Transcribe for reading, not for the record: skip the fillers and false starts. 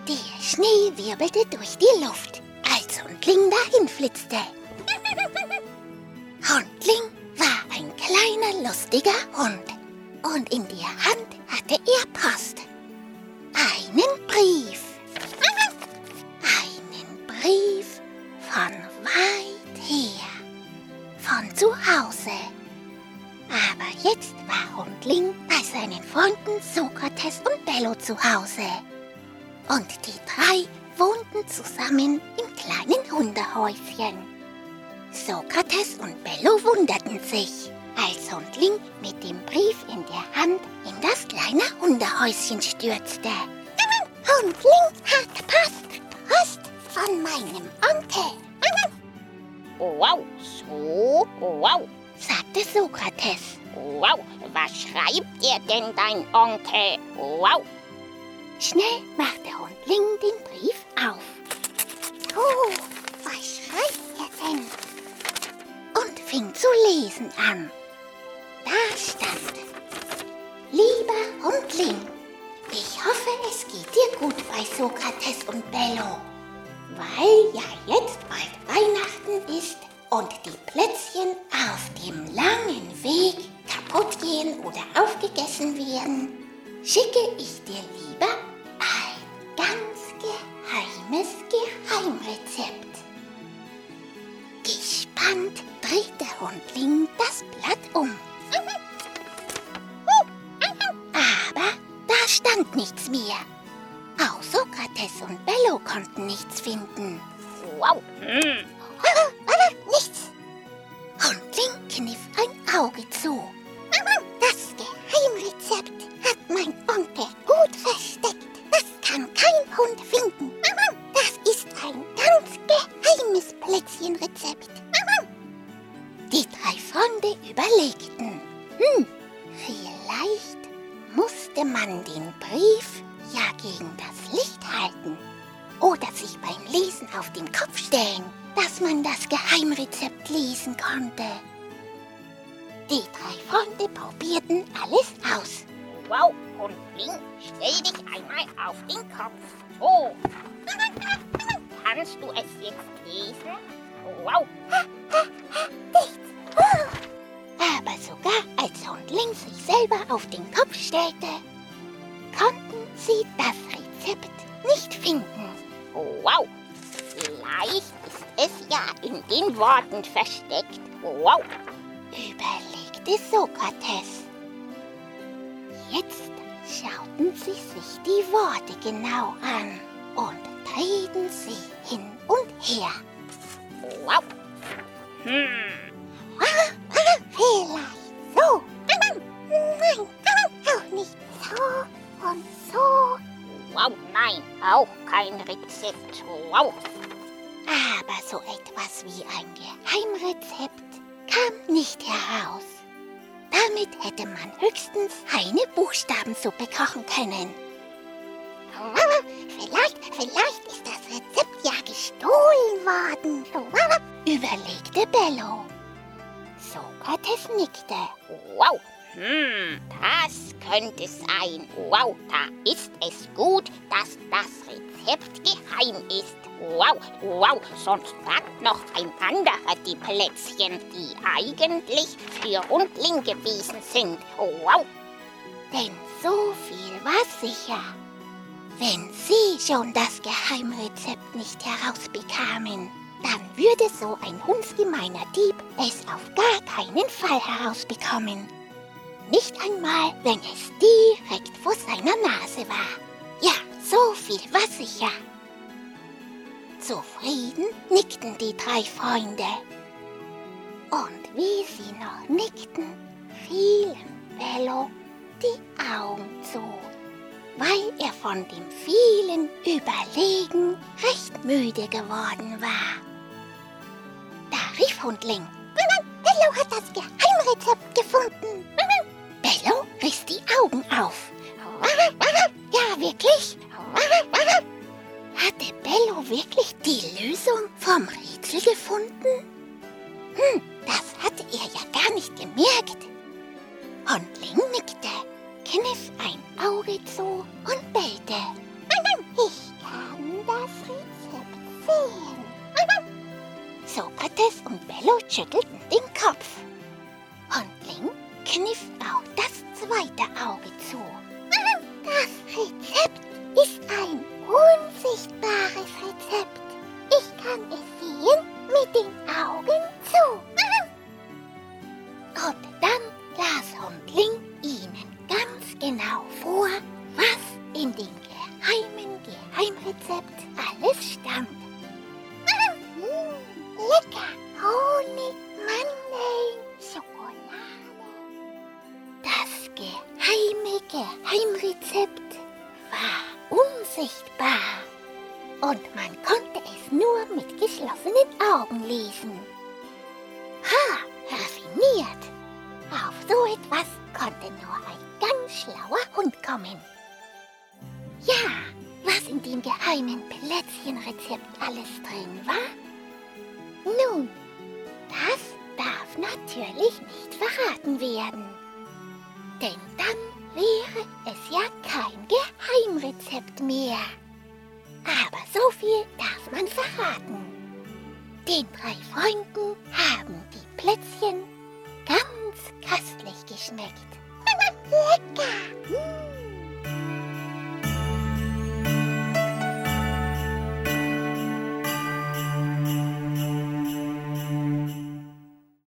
Der Schnee wirbelte durch die Luft, als Hundling dahin flitzte. Hundling war ein kleiner, lustiger Hund und in der Hand hatte er Post. Einen Brief. Einen Brief von weit her, von zu Hause. Aber jetzt war Hundling bei seinen Freunden Sokrates und Bello zu Hause. Und die drei wohnten zusammen im kleinen Hundehäuschen. Sokrates und Bello wunderten sich, als Hundling mit dem Brief in der Hand in das kleine Hundehäuschen stürzte. Hundling hat Post von meinem Onkel. Wow, so, wow, Sagte Sokrates. wow, was schreibt dir denn dein Onkel? Wow, Schnell machte Hundling den Brief auf. Oh, was schreibt er denn? Und fing zu lesen an. Da stand: Lieber Hundling, ich hoffe, es geht dir gut bei Sokrates und Bello, weil ja jetzt bald Weihnachten ist und die Plätzchen auf dem langen Weg kaputt gehen oder aufgegessen werden, schicke ich dir lieber ein ganz geheimes Geheimrezept. Gespannt drehte Hundling das Blatt um. Aber da stand nichts mehr. Auch Sokrates und Bello konnten nichts finden. wow, Nichts. Hundling kniff ein Auge zu. Das Geheimrezept hat mein Onkel gut versteckt. Das kann kein Hund finden. Das ist ein ganz geheimes Plätzchenrezept. Die drei Freunde überlegten. Vielleicht musste man den Brief ja gegen das Licht halten oder sich beim Lesen auf den Kopf stellen, dass man das Geheimrezept lesen konnte. Die drei Freunde probierten alles aus. wow, Hundling, stell dich einmal auf den Kopf. So, kannst du es jetzt lesen? Wow, Nichts. Aber sogar als Hundling sich selber auf den Kopf stellte, konnten sie das Rezept nicht finden. wow, vielleicht ist es ja in den Worten versteckt. Wow, Überlegte Sokrates. Jetzt schauten sie sich die Worte genau an und drehten sie hin und her. wow, Vielleicht so. Nein, auch nicht so und so. wow, nein, auch kein Rezept. Wow, Aber so etwas wie ein Geheimrezept kam nicht heraus. Damit hätte man höchstens eine Buchstabensuppe kochen können. Vielleicht ist das Rezept ja gestohlen worden, überlegte Bello. Sokrates nickte. wow, das könnte sein. Wow, da ist es gut, dass das Rezept geheim ist. Wow, wow, sonst fragt noch ein anderer die Plätzchen, die eigentlich für Hundling gewesen sind. Wow, Denn so viel war sicher. Wenn sie schon das Geheimrezept nicht herausbekamen, dann würde so ein hundsgemeiner Dieb es auf gar keinen Fall herausbekommen. Nicht einmal, wenn es direkt vor seiner Nase war. Ja, so viel war sicher. Zufrieden nickten die drei Freunde. Und wie sie noch nickten, fielen Bello die Augen zu, weil er von dem vielen Überlegen recht müde geworden war. Da rief Hundling: Bello hat das Geheimrezept gefunden. Bello riss die Augen auf. Ja, wirklich? Hatte Bello wirklich die Lösung vom Rätsel gefunden? Das hatte er ja gar nicht gemerkt. Hundling nickte, kniff ein Auge zu und bellte: Ich kann schüttelten den Kopf. Hundling kniff auch das zweite Auge zu. Das Rezept ist ein unsichtbares Rezept. Ich kann es sehen mit den Augen zu. Und dann las Hundling ihnen ganz genau vor, was in dem geheimen Geheimrezept alles stand. Lecker! Honig, Mandeln, Schokolade. Das geheime Geheimrezept war unsichtbar und man konnte es nur mit geschlossenen Augen lesen. Ha, raffiniert! Auf so etwas konnte nur ein ganz schlauer Hund kommen. Ja, was in dem geheimen Plätzchenrezept alles drin war? Nun, das darf natürlich nicht verraten werden. Denn dann wäre es ja kein Geheimrezept mehr. Aber so viel darf man verraten. Den 3 Freunden haben die Plätzchen ganz köstlich geschmeckt. Lecker!